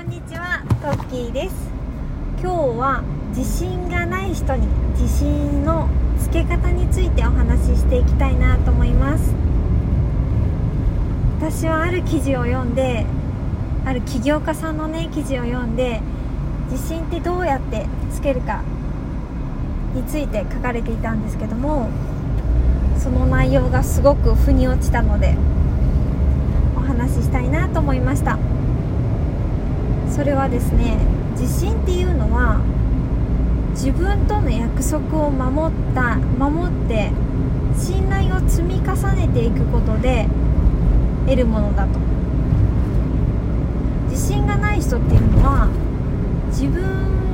こんにちは、トッキーです。今日は自信がない人に自信のつけ方についてお話ししていきたいなと思います。私はある記事を読んで、ある起業家さんの記事を読んで、自信ってどうやってつけるかについて書かれていたんですけども、その内容がすごく腑に落ちたのでお話ししたいなと思いました。それはですね、自信っていうのは自分との約束を守って信頼を積み重ねていくことで得るものだと。自信がない人っていうのは自分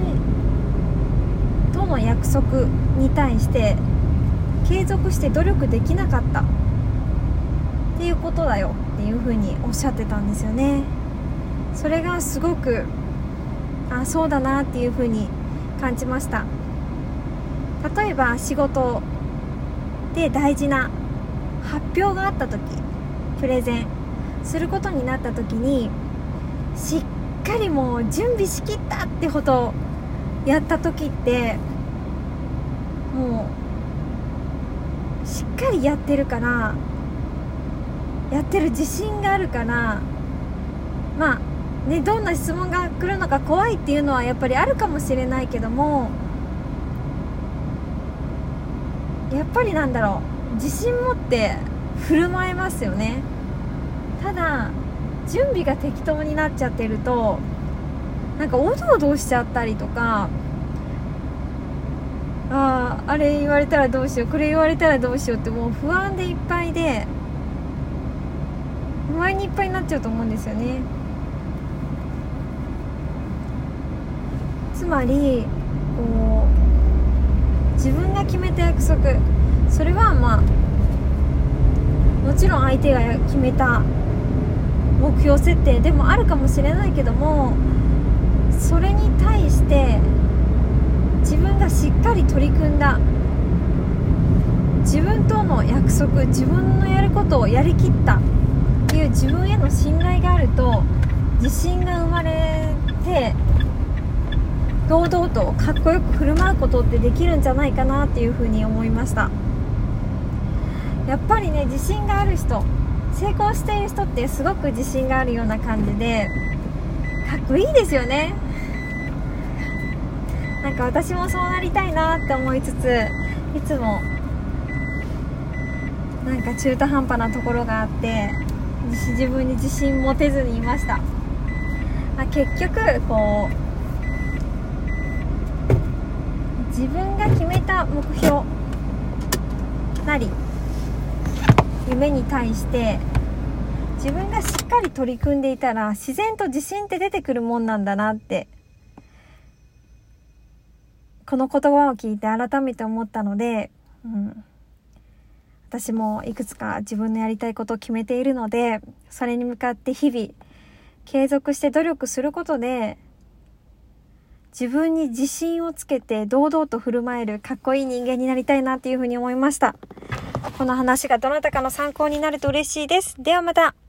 との約束に対して継続して努力できなかったっていうことだよっていうふうにおっしゃってたんですよね。それがすごくそうだなっていうふうに感じました。例えば仕事で大事な発表があった時、プレゼンすることになった時にしっかりもう準備しきったってほどやった時ってもうしっかりやってるから、やってる自信があるから、どんな質問が来るのか怖いっていうのはやっぱりあるかもしれないけども、やっぱり自信持って振る舞えますよね。ただ準備が適当になっちゃってるとおどおどしちゃったりとか、あれ言われたらどうしよう、これ言われたらどうしようって、もう不安でいっぱいで不安にいっぱいになっちゃうと思うんですよね。つまり自分が決めた約束、それはもちろん相手が決めた目標設定でもあるかもしれないけども、それに対して自分がしっかり取り組んだ、自分との約束、自分のやることをやりきったっていう自分への信頼があると自信が生まれて、堂々とかっこよく振る舞うことってできるんじゃないかなっていうふうに思いました。やっぱり自信がある人、成功している人ってすごく自信があるような感じでかっこいいですよね。私もそうなりたいなって思いつつ、いつも中途半端なところがあって自分に自信持てずにいました。結局自分が決めた目標なり夢に対して自分がしっかり取り組んでいたら自然と自信って出てくるもんなんだなって、この言葉を聞いて改めて思ったので、私もいくつか自分のやりたいことを決めているので、それに向かって日々継続して努力することで自分に自信をつけて堂々と振る舞えるかっこいい人間になりたいなっていうふうに思いました。この話がどなたかの参考になると嬉しいです。ではまた。